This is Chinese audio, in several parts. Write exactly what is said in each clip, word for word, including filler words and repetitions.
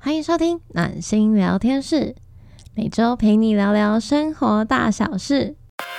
欢迎收听暖心聊天室，每周陪你聊聊生活大小事。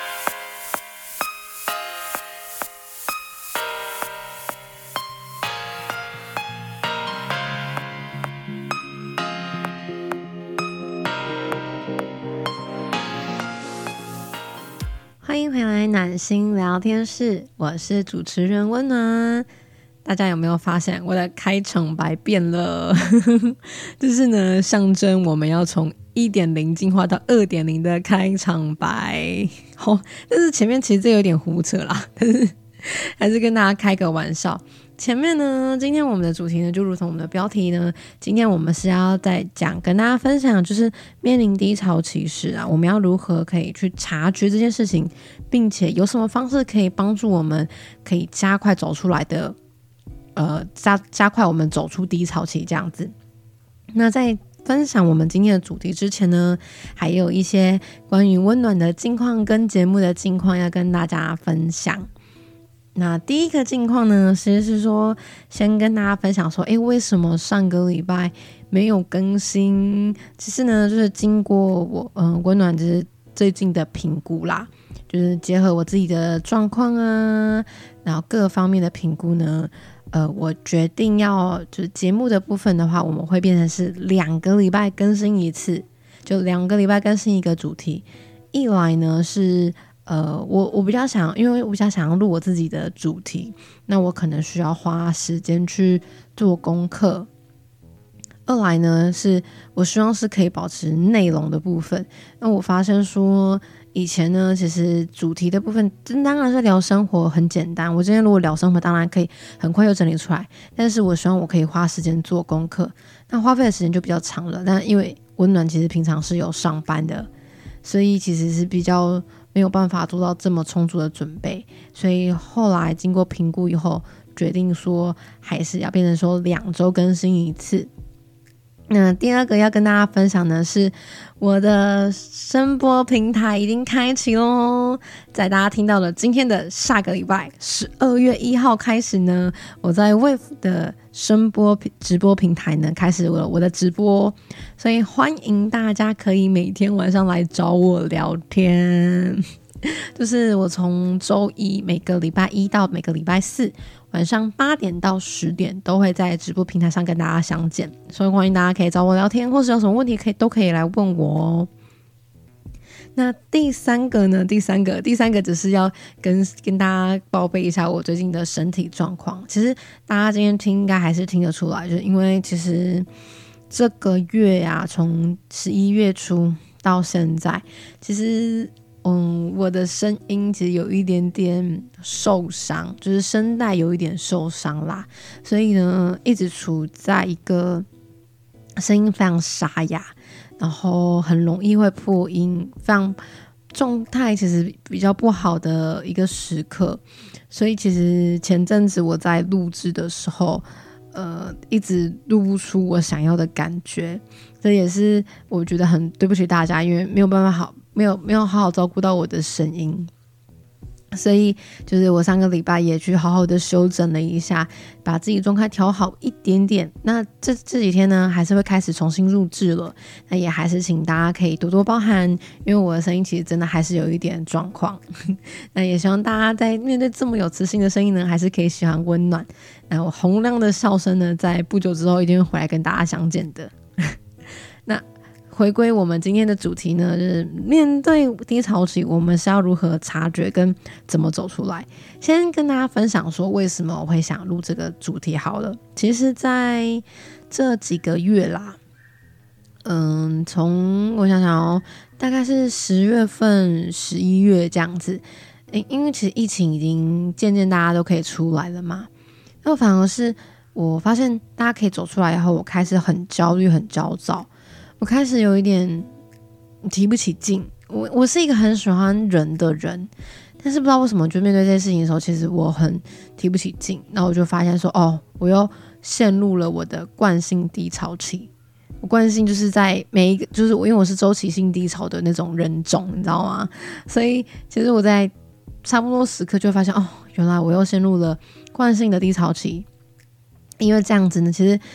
欢迎回来暖心聊天室，我是主持人温暖。大家有没有发现我的开场白变了？就是呢，象征我们要从 一点零 进化到 二点零 的开场白。好、哦，但是前面其实这有点胡扯啦，但是还是跟大家开个玩笑。前面呢，今天我们的主题呢，就如同我们的标题呢，今天我们是要在讲跟大家分享，就是面临低潮期时啊，我们要如何可以去察觉这件事情，并且有什么方式可以帮助我们可以加快走出来的。呃，加加快我们走出低潮期这样子。那在分享我们今天的主题之前呢，还有一些关于温暖的近况跟节目的近况要跟大家分享。那第一个近况呢，其实是说先跟大家分享说，诶，为什么上个礼拜没有更新？其实呢，就是经过我嗯、呃、温暖就是最近的评估啦，就是结合我自己的状况啊，然后各方面的评估呢。呃，我决定要就是节目的部分的话，我们会变成是两个礼拜更新一次，就两个礼拜更新一个主题。一来呢是呃，我我比较想，因为我比较想要录我自己的主题，那我可能需要花时间去做功课。二来呢是我希望是可以保持内容的部分。那我发现说。以前呢，其实主题的部分当然是聊生活，很简单。我今天如果聊生活，当然可以很快就整理出来。但是我希望我可以花时间做功课，那花费的时间就比较长了。但因为温暖其实平常是有上班的，所以其实是比较没有办法做到这么充足的准备。所以后来经过评估以后，决定说还是要变成说两周更新一次。那第二个要跟大家分享的是我的声播平台已经开启咯，在大家听到的今天的下个礼拜十二月一号开始呢，我在 Wave 的声播直播平台呢开始我的直播，所以欢迎大家可以每天晚上来找我聊天。就是我从周一每个礼拜一到每个礼拜四晚上八点到十点都会在直播平台上跟大家相见，所以欢迎大家可以找我聊天，或是有什么问题可以都可以来问我哦。那第三个呢？第三个，第三个只是要跟跟大家报备一下我最近的身体状况。其实大家今天听应该还是听得出来，就是因为其实这个月呀、啊，从十一月初到现在，其实。嗯，我的声音其实有一点点受伤，就是声带有一点受伤啦，所以呢，一直处在一个声音非常沙哑，然后很容易会破音，非常状态其实比较不好的一个时刻。所以其实前阵子我在录制的时候，呃，一直录不出我想要的感觉，这也是我觉得很对不起大家，因为没有办法好。没有没有好好照顾到我的声音，所以就是我上个礼拜也去好好的修整了一下，把自己状态调好一点点。那这这几天呢，还是会开始重新录制了，那也还是请大家可以多多包涵，因为我的声音其实真的还是有一点状况。那也希望大家在面对这么有磁性的声音呢，还是可以喜欢温暖。那我洪亮的笑声呢，在不久之后一定会回来跟大家相见的。那回归我们今天的主题呢，就是面对低潮期，我们是要如何察觉跟怎么走出来。先跟大家分享说，为什么我会想录这个主题好了。其实在这几个月啦，嗯，从我想想哦，大概是十月份、十一月这样子。因为其实疫情已经渐渐大家都可以出来了嘛，那反而是我发现大家可以走出来以后，我开始很焦虑、很焦躁。我开始有一点提不起劲，我我是一个很喜欢人的人，但是不知道为什么，就面对这些事情的时候，其实我很提不起劲。然后我就发现说，哦，我又陷入了我的惯性低潮期。我惯性就是在每一个，就是我因为我是周期性低潮的那种人种，你知道吗？所以其实我在差不多时刻就会发现，哦，原来我又陷入了惯性的低潮期。因为这样子呢，其实。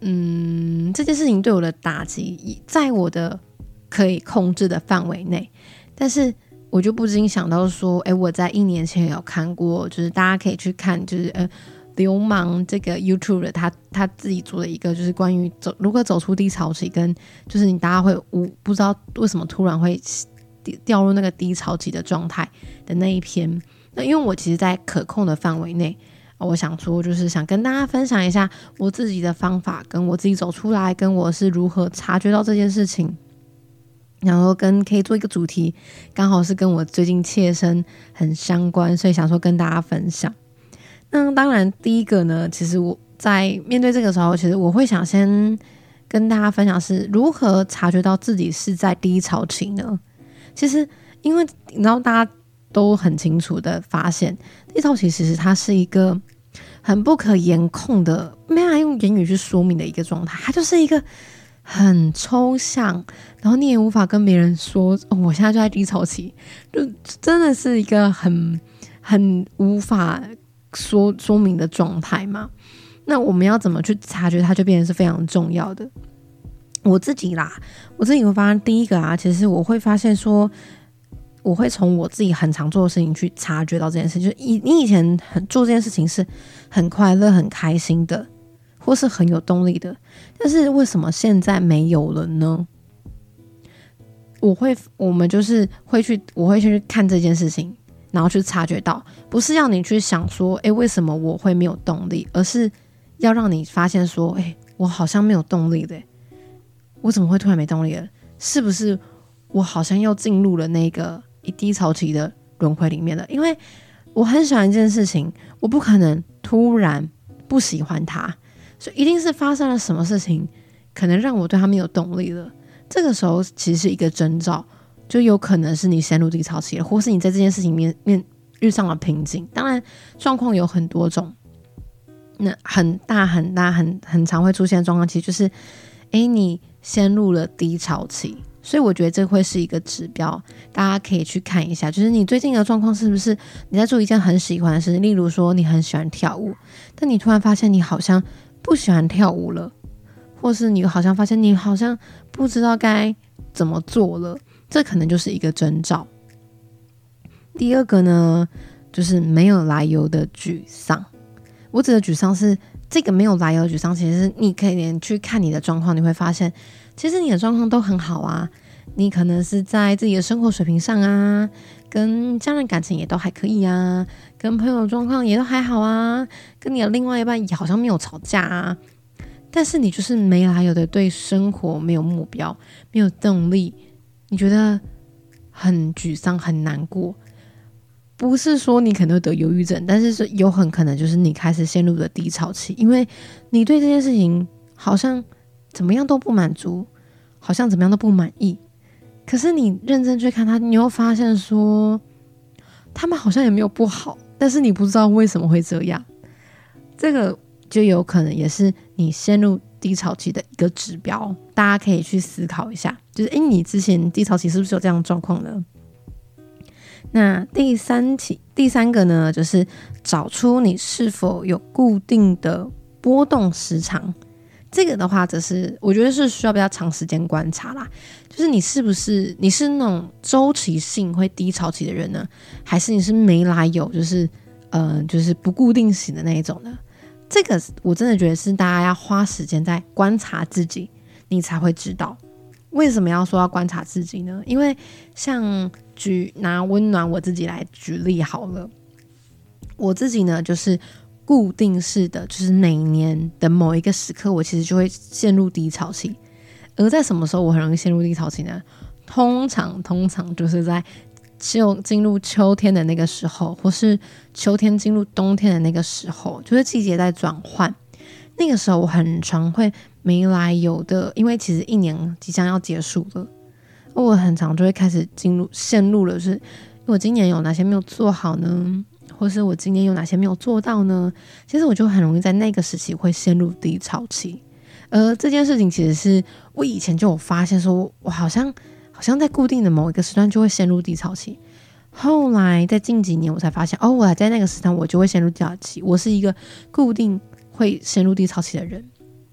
嗯，这件事情对我的打击在我的可以控制的范围内，但是我就不禁想到说，哎，我在一年前有看过，就是大家可以去看，就是呃，流氓这个 YouTube 的他他自己做的一个，就是关于走如何走出低潮期，跟就是你大家会无不知道为什么突然会掉入那个低潮期的状态的那一篇。那因为我其实在可控的范围内，我想说就是想跟大家分享一下我自己的方法，跟我自己走出来，跟我是如何察觉到这件事情。然后跟可以做一个主题，刚好是跟我最近切身很相关，所以想说跟大家分享。那当然第一个呢，其实我在面对这个时候，其实我会想先跟大家分享是如何察觉到自己是在低潮期呢？其实因为你知道大家都很清楚的发现，低潮期其实它是一个很不可言控的，没办法用言语去说明的一个状态，它就是一个很抽象，然后你也无法跟别人说、哦、我现在就在低潮期，就真的是一个很很无法说说明的状态嘛。那我们要怎么去察觉它，就变成是非常重要的。我自己啦，我自己会发现第一个啊，其实我会发现说，我会从我自己很常做的事情去察觉到这件事，就是你以前很做这件事情是很快乐、很开心的，或是很有动力的，但是为什么现在没有了呢？我会，我们就是会去，我会去看这件事情，然后去察觉到，不是要你去想说，哎，为什么我会没有动力，而是要让你发现说，哎，我好像没有动力的，我怎么会突然没动力了？是不是我好像又进入了那个低潮期的轮回里面了？因为我很喜欢一件事情，我不可能突然不喜欢它。所以一定是发生了什么事情，可能让我对他没有动力了。这个时候其实是一个征兆，就有可能是你陷入低潮期了，或是你在这件事情面面遇上了瓶颈。当然，状况有很多种，那很大很大很很常会出现的状况，其实就是，哎，你陷入了低潮期。所以我觉得这会是一个指标，大家可以去看一下，就是你最近的状况是不是你在做一件很喜欢的事情，例如说你很喜欢跳舞，但你突然发现你好像不喜欢跳舞了，或是你好像发现你好像不知道该怎么做了，这可能就是一个征兆。第二个呢，就是没有来由的沮丧。我指的沮丧是这个没有来由的沮丧，其实你可以连去看你的状况，你会发现其实你的状况都很好啊，你可能是在自己的生活水平上啊，跟家人感情也都还可以啊，跟朋友状况也都还好啊，跟你的另外一半也好像没有吵架啊，但是你就是没来由的对生活没有目标，没有动力，你觉得很沮丧很难过。不是说你可能会得忧郁症，但是是有很可能就是你开始陷入了低潮期，因为你对这件事情好像怎么样都不满足，好像怎么样都不满意，可是你认真去看它，你又发现说他们好像也没有不好，但是你不知道为什么会这样，这个就有可能也是你陷入低潮期的一个指标，大家可以去思考一下，就是诶，你之前低潮期是不是有这样的状况呢？那第三题第三个呢，就是找出你是否有固定的波动时长。这个的话则是我觉得是需要比较长时间观察啦，就是你是不是你是那种周期性会低潮期的人呢，还是你是没来由就是呃就是不固定型的那一种呢？这个我真的觉得是大家要花时间在观察自己，你才会知道。为什么要说要观察自己呢？因为像举拿温暖我自己来举例好了，我自己呢就是固定式的，就是每年的某一个时刻，我其实就会陷入低潮期。而在什么时候我很容易陷入低潮期呢？通常通常就是在就进入秋天的那个时候，或是秋天进入冬天的那个时候，就是季节在转换。那个时候我很常会没来由的，因为其实一年即将要结束了，我很常就会开始进入陷入了，就是我今年有哪些没有做好呢？或是我今年有哪些没有做到呢？其实我就很容易在那个时期会陷入低潮期。而这件事情其实是我以前就有发现说，我好像好像在固定的某一个时段就会陷入低潮期。后来在近几年我才发现，哦，我在那个时段我就会陷入低潮期，我是一个固定会陷入低潮期的人。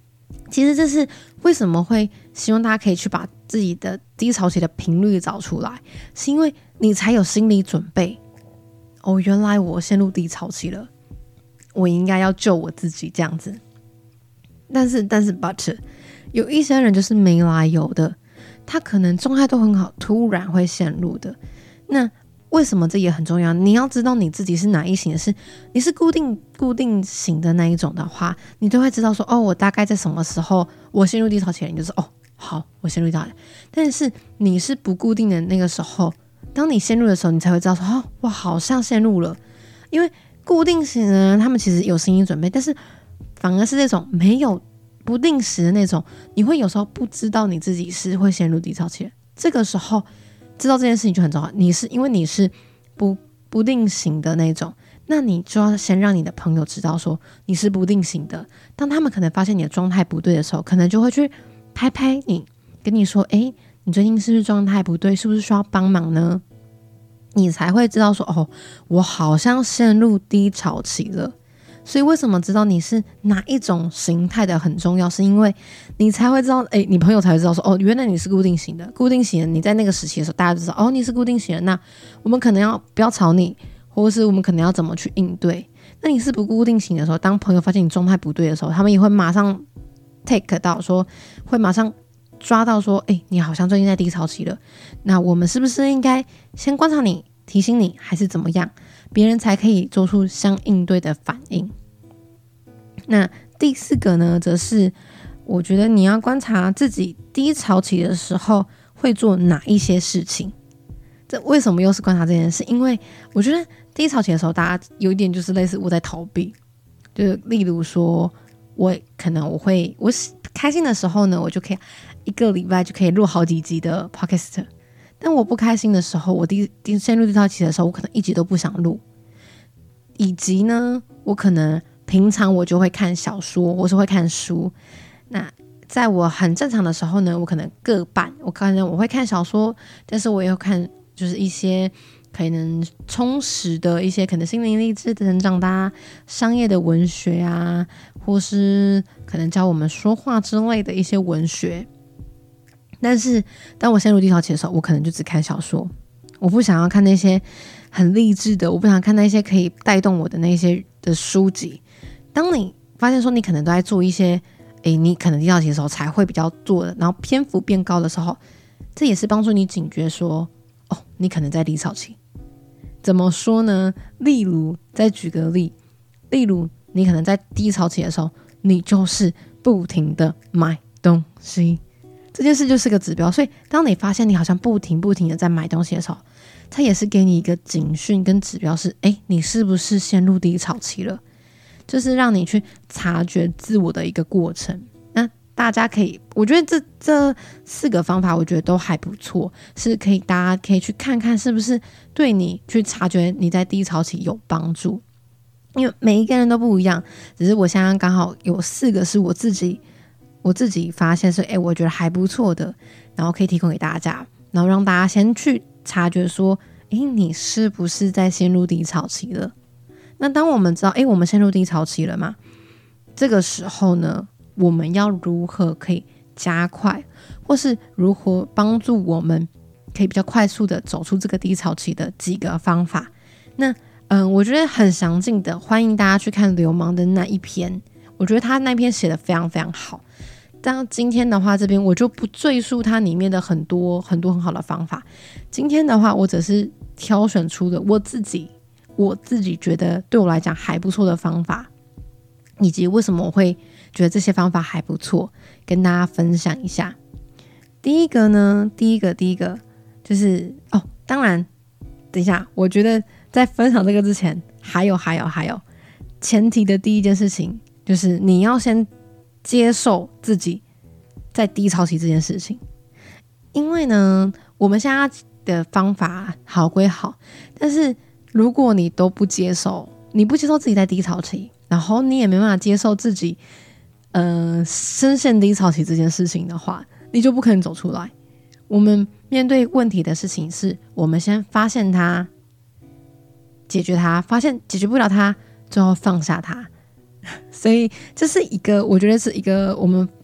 其实这是为什么会希望大家可以去把自己的低潮期的频率找出来，是因为你才有心理准备。哦，原来我陷入低潮期了，我应该要救我自己这样子。但是但是 but 有一些人就是没来由的，他可能状态都很好，突然会陷入的。那为什么这也很重要？你要知道你自己是哪一型的，是你是固定固定型的那一种的话，你都会知道说，哦，我大概在什么时候我陷入低潮期了，你就是哦，好，我陷入低潮期。但是你是不固定的那个时候，当你陷入的时候，你才会知道说，哦，我好像陷入了。因为固定型的人，他们其实有心理准备，但是反而是那种没有不定时的那种，你会有时候不知道你自己是会陷入低潮期的。这个时候知道这件事情就很重要，你是因为你是不不定型的那种，那你就要先让你的朋友知道说你是不定型的。当他们可能发现你的状态不对的时候，可能就会去拍拍你，跟你说，诶，你最近是不是状态不对，是不是需要帮忙呢？你才会知道说，哦，我好像陷入低潮期了。所以为什么知道你是哪一种形态的很重要，是因为你才会知道，诶，你朋友才会知道说，哦，原来你是固定型的。固定型的，你在那个时期的时候，大家就知道，哦，你是固定型的，那我们可能要不要吵你，或者是我们可能要怎么去应对。那你是不固定型的时候，当朋友发现你状态不对的时候，他们也会马上 take 到说，会马上抓到说，诶，你好像最近在低潮期了，那我们是不是应该先观察你，提醒你，还是怎么样，别人才可以做出相应对的反应。那第四个呢，则是我觉得你要观察自己低潮期的时候会做哪一些事情。这为什么又是观察这件事？因为我觉得低潮期的时候，大家有一点就是类似我在逃避，就是例如说，我可能我会我开心的时候呢，我就可以一个礼拜就可以录好几集的 podcast。但我不开心的时候，我第第陷入低潮期的时候，我可能一集都不想录。以及呢，我可能平常我就会看小说，或是会看书。那在我很正常的时候呢，我可能各半，我可能我会看小说，但是我也会看就是一些可能充实的一些可能心灵励志的成长的、啊、商业的文学啊，或是可能教我们说话之类的一些文学。但是当我陷入低潮期的时候，我可能就只看小说，我不想要看那些很励志的，我不想看那些可以带动我的那些的书籍。当你发现说你可能都在做一些诶你可能低潮期的时候才会比较做的，然后篇幅变高的时候，这也是帮助你警觉说，哦，你可能在低潮期。怎么说呢？例如再举个例，例如你可能在低潮期的时候，你就是不停的买东西，这件事就是个指标。所以当你发现你好像不停不停的在买东西的时候，它也是给你一个警讯跟指标，是诶你是不是陷入低潮期了，就是让你去察觉自我的一个过程。那大家可以，我觉得这这四个方法我觉得都还不错，是可以大家可以去看看是不是对你去察觉你在低潮期有帮助。因为每一个人都不一样，只是我现在刚好有四个是我自己我自己发现是诶我觉得还不错的，然后可以提供给大家，然后让大家先去察觉说，诶你是不是在陷入低潮期了。那当我们知道诶我们陷入低潮期了嘛，这个时候呢，我们要如何可以加快，或是如何帮助我们可以比较快速的走出这个低潮期的几个方法。那嗯，我觉得很详尽的，欢迎大家去看流氓的那一篇，我觉得他那篇写的非常非常好。但今天的话，这边我就不赘述它里面的很多很多很好的方法。今天的话，我只是挑选出了我自己我自己觉得对我来讲还不错的方法，以及为什么我会觉得这些方法还不错，跟大家分享一下。第一个呢，第一个第一个就是哦，当然，等一下，我觉得在分享这个之前，还有还有还有，前提的第一件事情就是你要先接受自己在低潮期这件事情。因为呢，我们现在的方法好归好，但是如果你都不接受，你不接受自己在低潮期，然后你也没办法接受自己呃深陷低潮期这件事情的话，你就不可能走出来。我们面对问题的事情是，我们先发现它，解决它，发现解决不了它，最后放下它。所以这是一个，我觉得是一个我们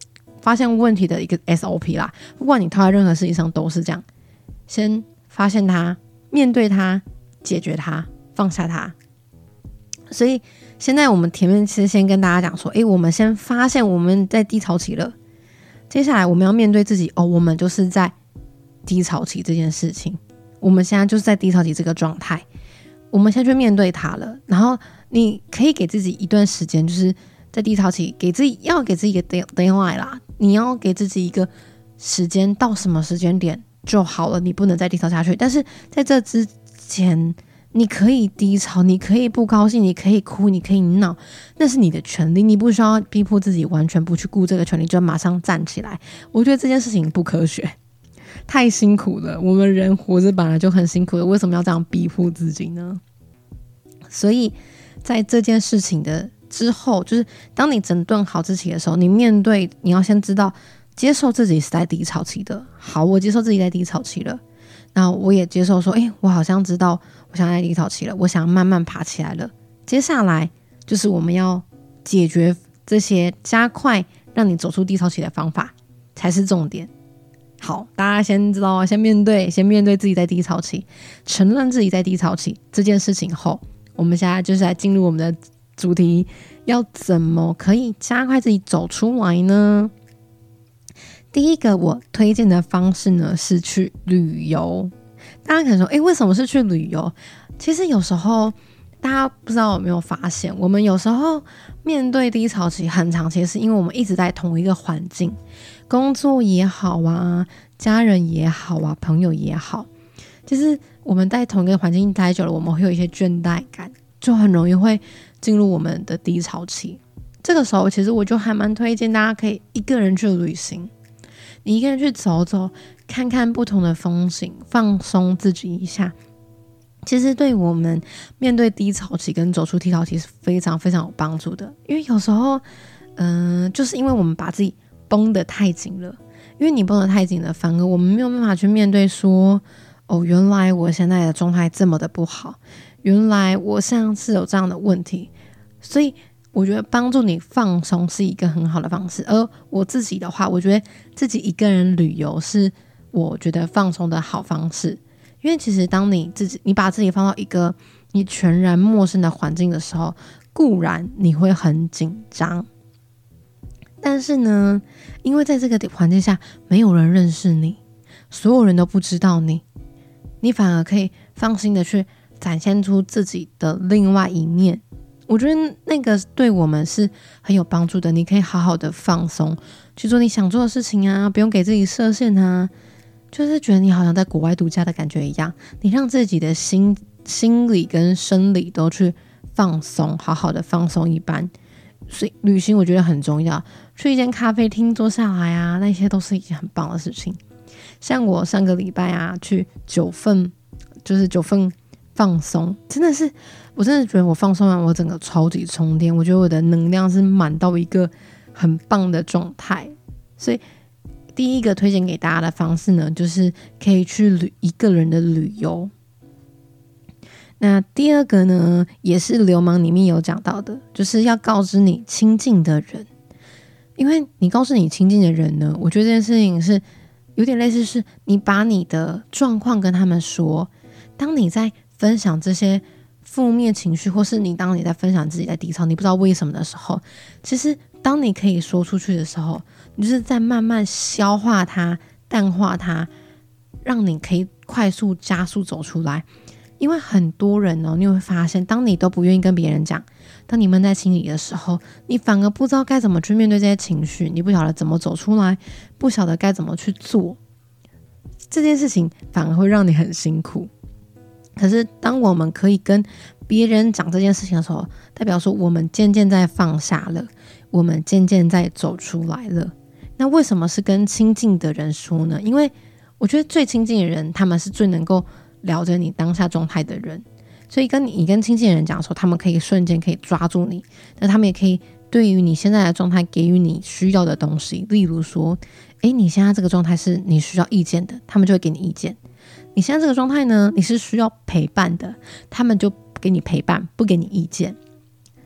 发现问题的一个 S O P 啦，不管你套在任何事情上都是这样，先发现它，面对它，解决它，放下它。所以现在我们前面其实先跟大家讲说，诶，我们先发现我们在低潮期了，接下来我们要面对自己，哦，我们就是在低潮期这件事情，我们现在就是在低潮期这个状态，我们先去面对它了。然后你可以给自己一段时间，就是在低潮期给自己要给自己一个 deadline 啦，你要给自己一个时间，到什么时间点就好了，你不能再低潮下去。但是在这之前你可以低潮，你可以不高兴，你可以哭，你可以闹，那是你的权利，你不需要逼迫自己完全不去顾这个权利就马上站起来。我觉得这件事情不科学，太辛苦了，我们人活着本来就很辛苦了，为什么要这样逼迫自己呢？所以在这件事情的之后，就是当你整顿好自己的时候，你面对，你要先知道接受自己是在低潮期的。好，我接受自己在低潮期了，然后我也接受说，诶，我好像知道我想在低潮期了，我想慢慢爬起来了。接下来就是我们要解决这些加快让你走出低潮期的方法才是重点。好，大家先知道，先面对先面对自己在低潮期，承认自己在低潮期这件事情后，我们现在就是来进入我们的主题，要怎么可以加快自己走出来呢？第一个我推荐的方式呢是去旅游。大家可能说，诶，为什么是去旅游？其实有时候大家不知道有没有发现，我们有时候面对低潮期很长，其实是因为我们一直在同一个环境，工作也好啊，家人也好啊，朋友也好，就是我们在同一个环境待久了，我们会有一些倦怠感，就很容易会进入我们的低潮期。这个时候其实我就还蛮推荐大家可以一个人去旅行，你一个人去走走，看看不同的风景，放松自己一下，其实对我们面对低潮期跟走出低潮期是非常非常有帮助的。因为有时候嗯、呃，就是因为我们把自己绷得太紧了，因为你绷得太紧了，反而我们没有办法去面对说，哦，原来我现在的状态这么的不好，原来我现在是有这样的问题。所以我觉得帮助你放松是一个很好的方式。而我自己的话，我觉得自己一个人旅游是我觉得放松的好方式。因为其实当你自己你把自己放到一个你全然陌生的环境的时候，固然你会很紧张，但是呢，因为在这个环境下没有人认识你，所有人都不知道你，你反而可以放心的去展现出自己的另外一面。我觉得那个对我们是很有帮助的。你可以好好的放松，去做你想做的事情啊，不用给自己设限啊，就是觉得你好像在国外度假的感觉一样，你让自己的心心理跟生理都去放松，好好的放松一般。所以旅行我觉得很重要，去一间咖啡厅坐下来啊，那些都是一件很棒的事情。像我上个礼拜啊去九份，就是九份放松，真的是我真的觉得我放松完我整个超级充电，我觉得我的能量是满到一个很棒的状态。所以第一个推荐给大家的方式呢，就是可以去旅一个人的旅游。那第二个呢，也是流氓里面有讲到的，就是要告知你亲近的人。因为你告诉你亲近的人呢，我觉得这件事情是有点类似，是你把你的状况跟他们说。当你在分享这些负面情绪，或是你当你在分享自己在低潮你不知道为什么的时候，其实当你可以说出去的时候，你就是在慢慢消化它，淡化它，让你可以快速加速走出来。因为很多人哦，你会发现当你都不愿意跟别人讲，当你闷在心里的时候，你反而不知道该怎么去面对这些情绪，你不晓得怎么走出来，不晓得该怎么去做这件事情，反而会让你很辛苦。可是当我们可以跟别人讲这件事情的时候，代表说我们渐渐在放下了，我们渐渐在走出来了。那为什么是跟亲近的人说呢？因为我觉得最亲近的人，他们是最能够了解你当下状态的人，所以跟你你跟亲近的人讲的时候，他们可以瞬间可以抓住你，那他们也可以对于你现在的状态给予你需要的东西。例如说，诶，你现在这个状态是你需要意见的，他们就会给你意见。你现在这个状态呢，你是需要陪伴的，他们就给你陪伴，不给你意见。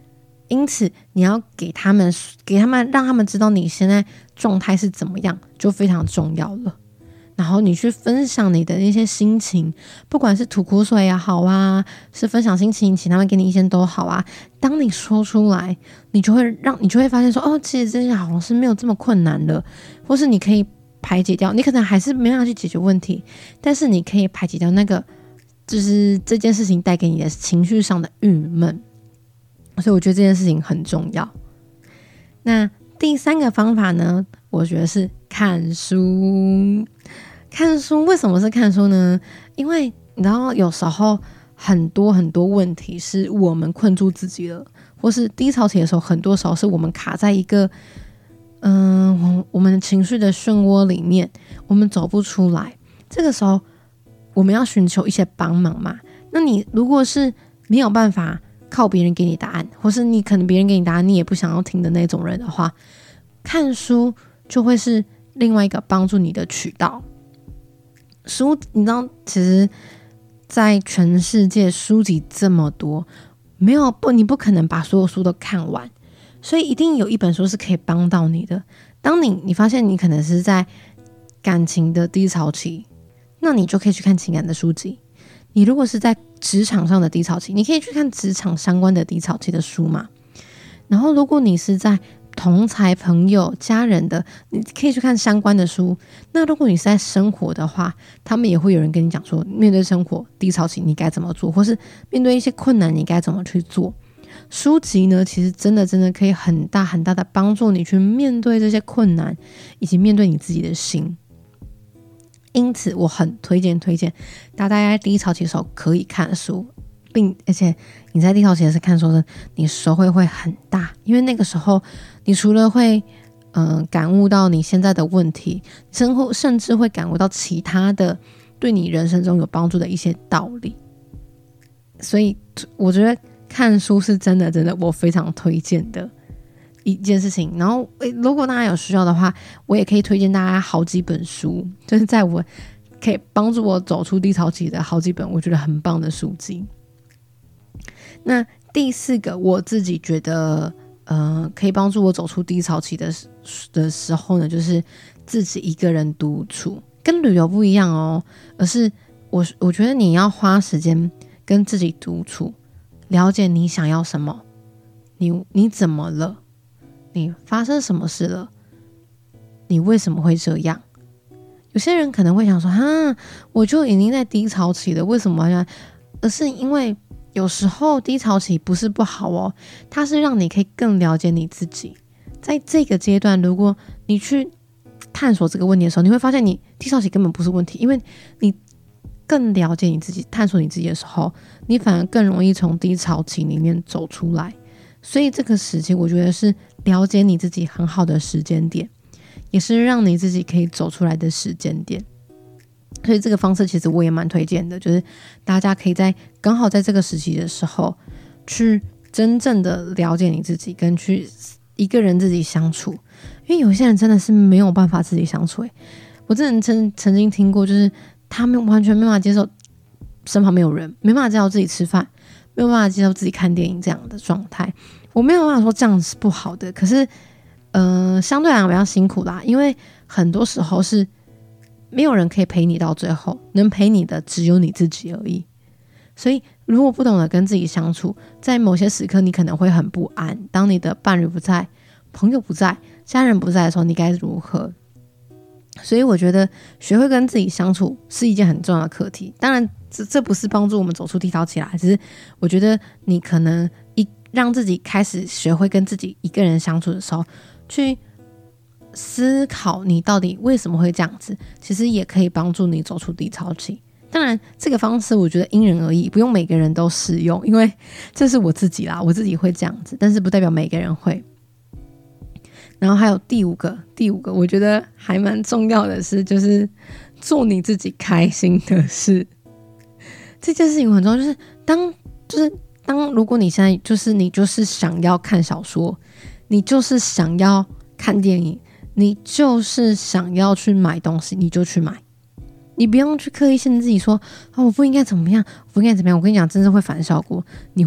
因此你要给他们给他们让他们知道你现在状态是怎么样，就非常重要了。然后你去分享你的那些心情，不管是吐苦水也好啊，是分享心情请他们给你意见都好啊，当你说出来，你就会让你就会发现说，哦，其实这些好像是没有这么困难的，或是你可以排解掉，你可能还是没办法去解决问题，但是你可以排解掉那个就是这件事情带给你的情绪上的郁闷。所以我觉得这件事情很重要。那第三个方法呢，我觉得是看书。看书为什么是看书呢？因为你知道有时候很多很多问题是我们困住自己了，或是低潮期的时候，很多时候是我们卡在一个嗯、呃，我们情绪的漩涡里面，我们走不出来。这个时候我们要寻求一些帮忙嘛。那你如果是没有办法靠别人给你答案，或是你可能别人给你答案你也不想要听的那种人的话，看书就会是另外一个帮助你的渠道。书你知道其实在全世界书籍这么多，没有不你不可能把所有书都看完，所以一定有一本书是可以帮到你的。当你你发现你可能是在感情的低潮期，那你就可以去看情感的书籍。你如果是在职场上的低潮期，你可以去看职场相关的低潮期的书嘛。然后如果你是在同侪朋友家人的，你可以去看相关的书。那如果你是在生活的话，他们也会有人跟你讲说，面对生活低潮期你该怎么做，或是面对一些困难你该怎么去做。书籍呢，其实真的真的可以很大很大的帮助你去面对这些困难，以及面对你自己的心。因此我很推荐推荐大家在低潮期的时候可以看书，并而且你在低潮期的时候看书，你收获会很大，因为那个时候你除了会嗯、呃、感悟到你现在的问题，甚至会感悟到其他的对你人生中有帮助的一些道理。所以我觉得看书是真的真的我非常推荐的一件事情。然后如果大家有需要的话，我也可以推荐大家好几本书，就是在我可以帮助我走出低潮期的好几本我觉得很棒的书籍。那第四个我自己觉得呃，可以帮助我走出低潮期的的时候呢，就是自己一个人独处。跟旅游不一样哦，而是我我觉得你要花时间跟自己独处，了解你想要什么，你你怎么了，你发生什么事了，你为什么会这样。有些人可能会想说，哈，我就已经在低潮期了，为什么要？而是因为有时候低潮期不是不好哦，它是让你可以更了解你自己。在这个阶段，如果你去探索这个问题的时候，你会发现你低潮期根本不是问题，因为你更了解你自己，探索你自己的时候，你反而更容易从低潮期里面走出来。所以这个时期我觉得是了解你自己很好的时间点，也是让你自己可以走出来的时间点。所以这个方式其实我也蛮推荐的，就是大家可以在刚好在这个时期的时候去真正的了解你自己，跟去一个人自己相处。因为有些人真的是没有办法自己相处，我真的曾曾经听过，就是他们完全没办法接受身旁没有人，没办法接受自己吃饭，没有办法接受自己看电影这样的状态。我没有办法说这样是不好的，可是呃，相对来讲比较辛苦啦，因为很多时候是没有人可以陪你到最后，能陪你的只有你自己而已。所以如果不懂得跟自己相处，在某些时刻你可能会很不安，当你的伴侣不在，朋友不在，家人不在的时候，你该如何？所以我觉得学会跟自己相处是一件很重要的课题。当然 这, 这不是帮助我们走出低潮期来，只是我觉得你可能一让自己开始学会跟自己一个人相处的时候，去思考你到底为什么会这样子，其实也可以帮助你走出低潮期。当然这个方式我觉得因人而异，不用每个人都适用，因为这是我自己啦，我自己会这样子，但是不代表每个人会。然后还有第五个第五个我觉得还蛮重要的是，就是做你自己开心的事。这件事情很重要，就是当就是当如果你现在就是你就是想要看小说，你就是想要看电影，你就是想要去买东西，你就去买，你不用去刻意限制自己说、哦、我不应该怎么样，我不应该怎么样。我跟你讲，真正会反效果，你会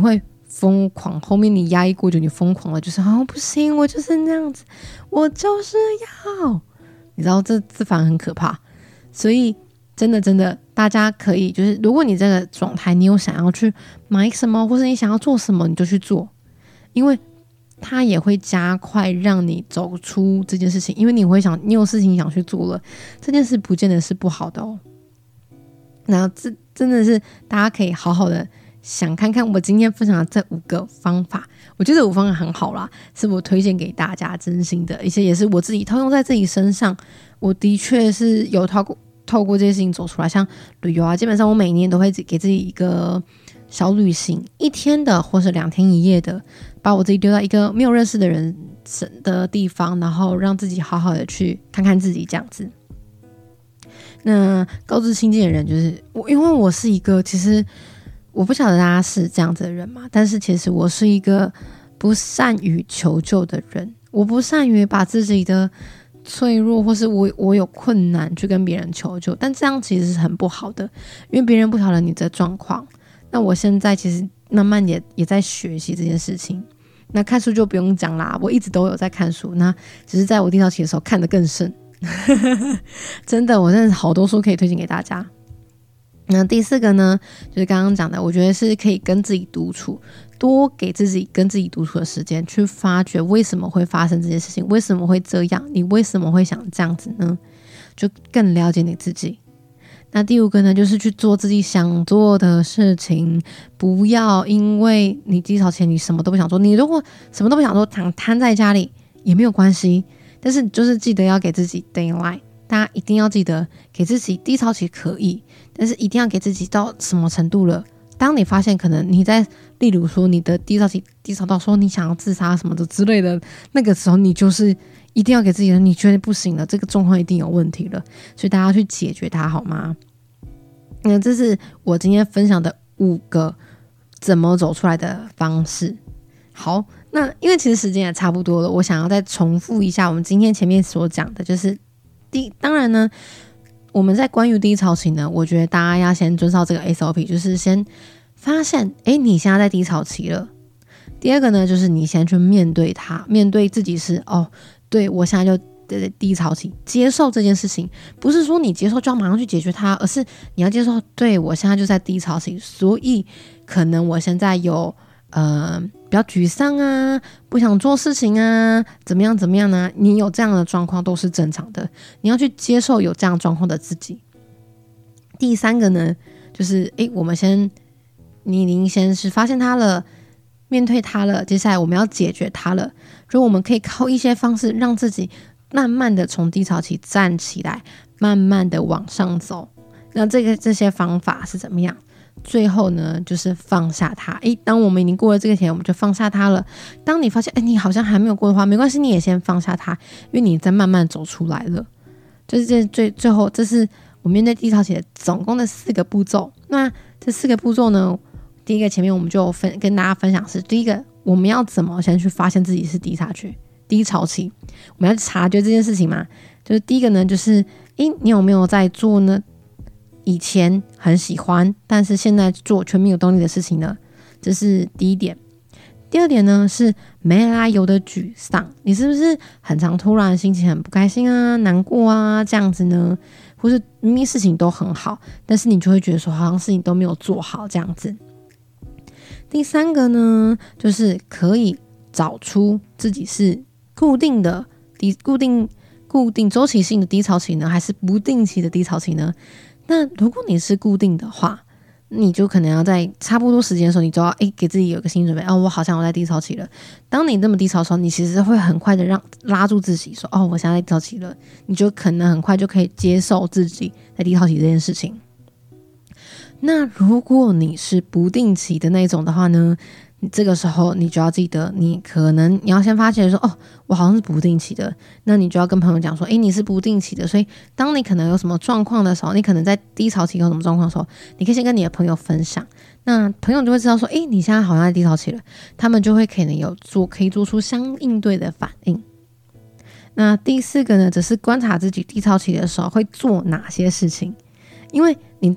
疯狂，后面你压抑过久，你疯狂了，就是哦不行，我就是那样子，我就是要，你知道这这反而很可怕。所以真的真的，大家可以就是，如果你这个状态，你有想要去买什么，或是你想要做什么，你就去做，因为它也会加快让你走出这件事情，因为你会想，你有事情想去做了，这件事不见得是不好的哦。然后这真的是大家可以好好的想看看我今天分享的这五个方法，我觉得五方法很好啦，是我推荐给大家，真心的，而且也是我自己套用在自己身上，我的确是有透过透过这些事情走出来。像旅游啊，基本上我每年都会给自己一个小旅行，一天的或是两天一夜的，把我自己丢到一个没有认识的人的地方，然后让自己好好的去看看自己这样子。那高知亲近的人就是我，因为我是一个，其实我不晓得大家是这样子的人嘛，但是其实我是一个不善于求救的人，我不善于把自己的脆弱或是我我有困难去跟别人求救，但这样其实是很不好的，因为别人不晓得你的状况。那我现在其实慢慢也也在学习这件事情。那看书就不用讲啦，我一直都有在看书，那只是在我低潮期的时候看得更深。真的，我真的好多书可以推荐给大家。那第四个呢，就是刚刚讲的，我觉得是可以跟自己独处，多给自己跟自己独处的时间，去发掘为什么会发生这件事情，为什么会这样，你为什么会想这样子呢？就更了解你自己。那第五个呢，就是去做自己想做的事情，不要因为你低潮前你什么都不想做，你如果什么都不想做，躺瘫在家里也没有关系，但是就是记得要给自己 deadline， 大家一定要记得给自己低潮期可以，但是一定要给自己到什么程度了。当你发现可能你在，例如说你的低潮期低潮到说你想要自杀什么的之类的，那个时候你就是一定要给自己的，你觉得不行了，这个状况一定有问题了，所以大家去解决它好吗？那这是我今天分享的五个怎么走出来的方式。好，那因为其实时间也差不多了，我想要再重复一下我们今天前面所讲的，就是第当然呢，我们在关于低潮期呢，我觉得大家要先遵照这个 S O P， 就是先发现，诶，你现在在低潮期了。第二个呢，就是你先去面对它，面对自己是哦，对我现在就低潮期，接受这件事情，不是说你接受就要马上去解决它，而是你要接受，对我现在就在低潮期，所以可能我现在有呃比较沮丧啊，不想做事情啊，怎么样怎么样呢？你有这样的状况都是正常的，你要去接受有这样状况的自己。第三个呢，就是诶，我们先你已经先是发现它了，面对它了，接下来我们要解决它了，所以我们可以靠一些方式让自己慢慢的从低潮期站起来，慢慢的往上走。那这个这些方法是怎么样？最后呢，就是放下它。诶，当我们已经过了这个前，我们就放下它了。当你发现，诶，你好像还没有过的话，没关系，你也先放下它，因为你在慢慢走出来了。就是这最最后，这是我面对低潮期的总共的四个步骤。那这四个步骤呢，第一个前面我们就分跟大家分享是，第一个我们要怎么先去发现自己是低潮期。低潮期，我们要察觉这件事情嘛？就是第一个呢，就是诶，你有没有在做呢？以前很喜欢，但是现在做却没有动力的事情呢？这是第一点。第二点呢，是没来由的沮丧，你是不是很常突然心情很不开心啊、难过啊这样子呢？或是明明事情都很好，但是你就会觉得说好像事情都没有做好这样子。第三个呢，就是可以找出自己是固定的低固定固定周期性的低潮期呢，还是不定期的低潮期呢？那如果你是固定的话，你就可能要在差不多时间的时候，你就要诶给自己有一个心理准备，哦，我好像我在低潮期了。当你那么低潮的时候，你其实会很快的让拉住自己说，哦，我现在在低潮期了，你就可能很快就可以接受自己在低潮期这件事情。那如果你是不定期的那种的话呢，你这个时候你就要记得，你可能你要先发现说，哦，我好像是不定期的，那你就要跟朋友讲说，诶，你是不定期的，所以当你可能有什么状况的时候，你可能在低潮期有什么状况的时候，你可以先跟你的朋友分享，那朋友就会知道说，诶，你现在好像在低潮期了，他们就会可能有做可以做出相应对的反应。那第四个呢，则是观察自己低潮期的时候会做哪些事情，因为你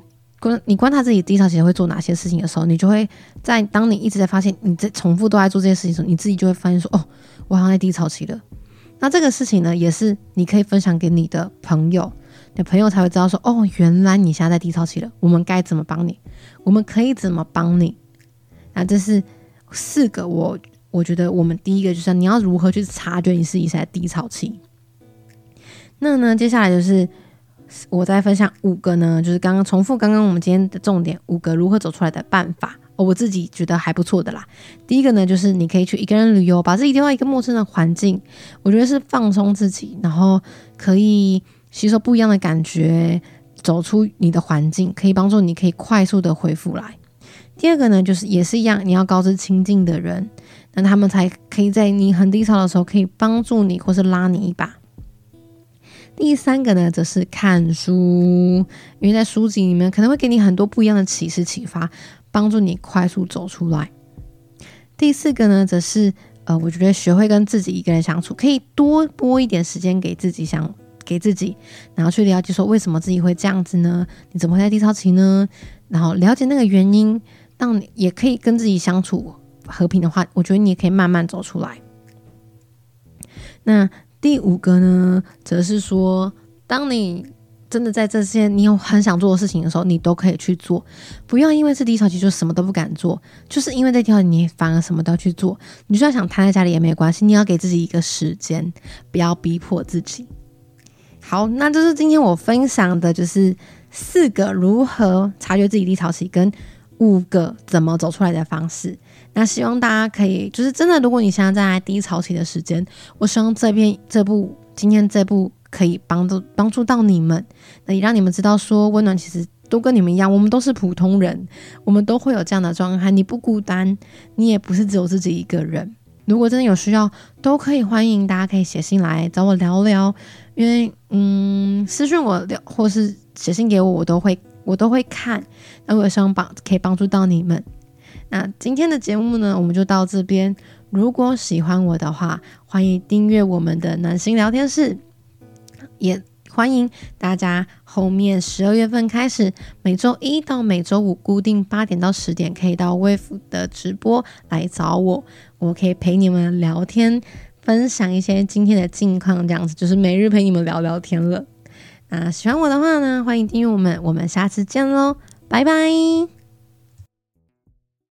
你观察自己低潮期会做哪些事情的时候，你就会在当你一直在发现你在重复都在做这些事情的时候，你自己就会发现说，哦，我好像在低潮期了。那这个事情呢，也是你可以分享给你的朋友，你的朋友才会知道说，哦，原来你现在在低潮期了，我们该怎么帮你，我们可以怎么帮你。那这是四个我我觉得我们第一个就是你要如何去察觉你自己在低潮期。那呢，接下来就是我再分享五个呢，就是刚刚重复刚刚我们今天的重点，五个如何走出来的办法、哦、我自己觉得还不错的啦。第一个呢，就是你可以去一个人旅游，把自己丢到一个陌生的环境，我觉得是放松自己，然后可以吸收不一样的感觉，走出你的环境，可以帮助你可以快速的恢复来。第二个呢，就是也是一样，你要告知亲近的人，那他们才可以在你很低潮的时候可以帮助你或是拉你一把。第三个呢，则是看书，因为在书籍里面可能会给你很多不一样的启示启发，帮助你快速走出来。第四个呢，则是呃，我觉得学会跟自己一个人相处，可以多拨一点时间给自己想给自己，然后去了解说为什么自己会这样子呢？你怎么会在低潮期呢？然后了解那个原因，让你也可以跟自己相处和平的话，我觉得你也可以慢慢走出来。那第五个呢，则是说，当你真的在这些你有很想做的事情的时候，你都可以去做，不要因为是低潮期就什么都不敢做，就是因为这条你反而什么都要去做。你就算想瘫在家里也没关系，你要给自己一个时间，不要逼迫自己。好，那这是今天我分享的，就是四个如何察觉自己低潮期，跟五个怎么走出来的方式。那希望大家可以，就是真的，如果你现在在低潮期的时间，我希望这篇这部今天这部可以帮助帮助到你们，那也让你们知道说，温暖其实都跟你们一样，我们都是普通人，我们都会有这样的状态，你不孤单，你也不是只有自己一个人。如果真的有需要，都可以欢迎大家可以写信来找我聊聊，因为嗯，私讯我或是写信给我，我都会我都会看，那我也希望帮可以帮助到你们。那今天的节目呢，我们就到这边。如果喜欢我的话，欢迎订阅我们的暖心聊天室，也欢迎大家后面十二月份开始，每周一到每周五固定八点到十点，可以到 Wave 的直播来找我，我可以陪你们聊天，分享一些今天的近况，这样子就是每日陪你们聊聊天了。那喜欢我的话呢，欢迎订阅我们，我们下次见咯，拜拜。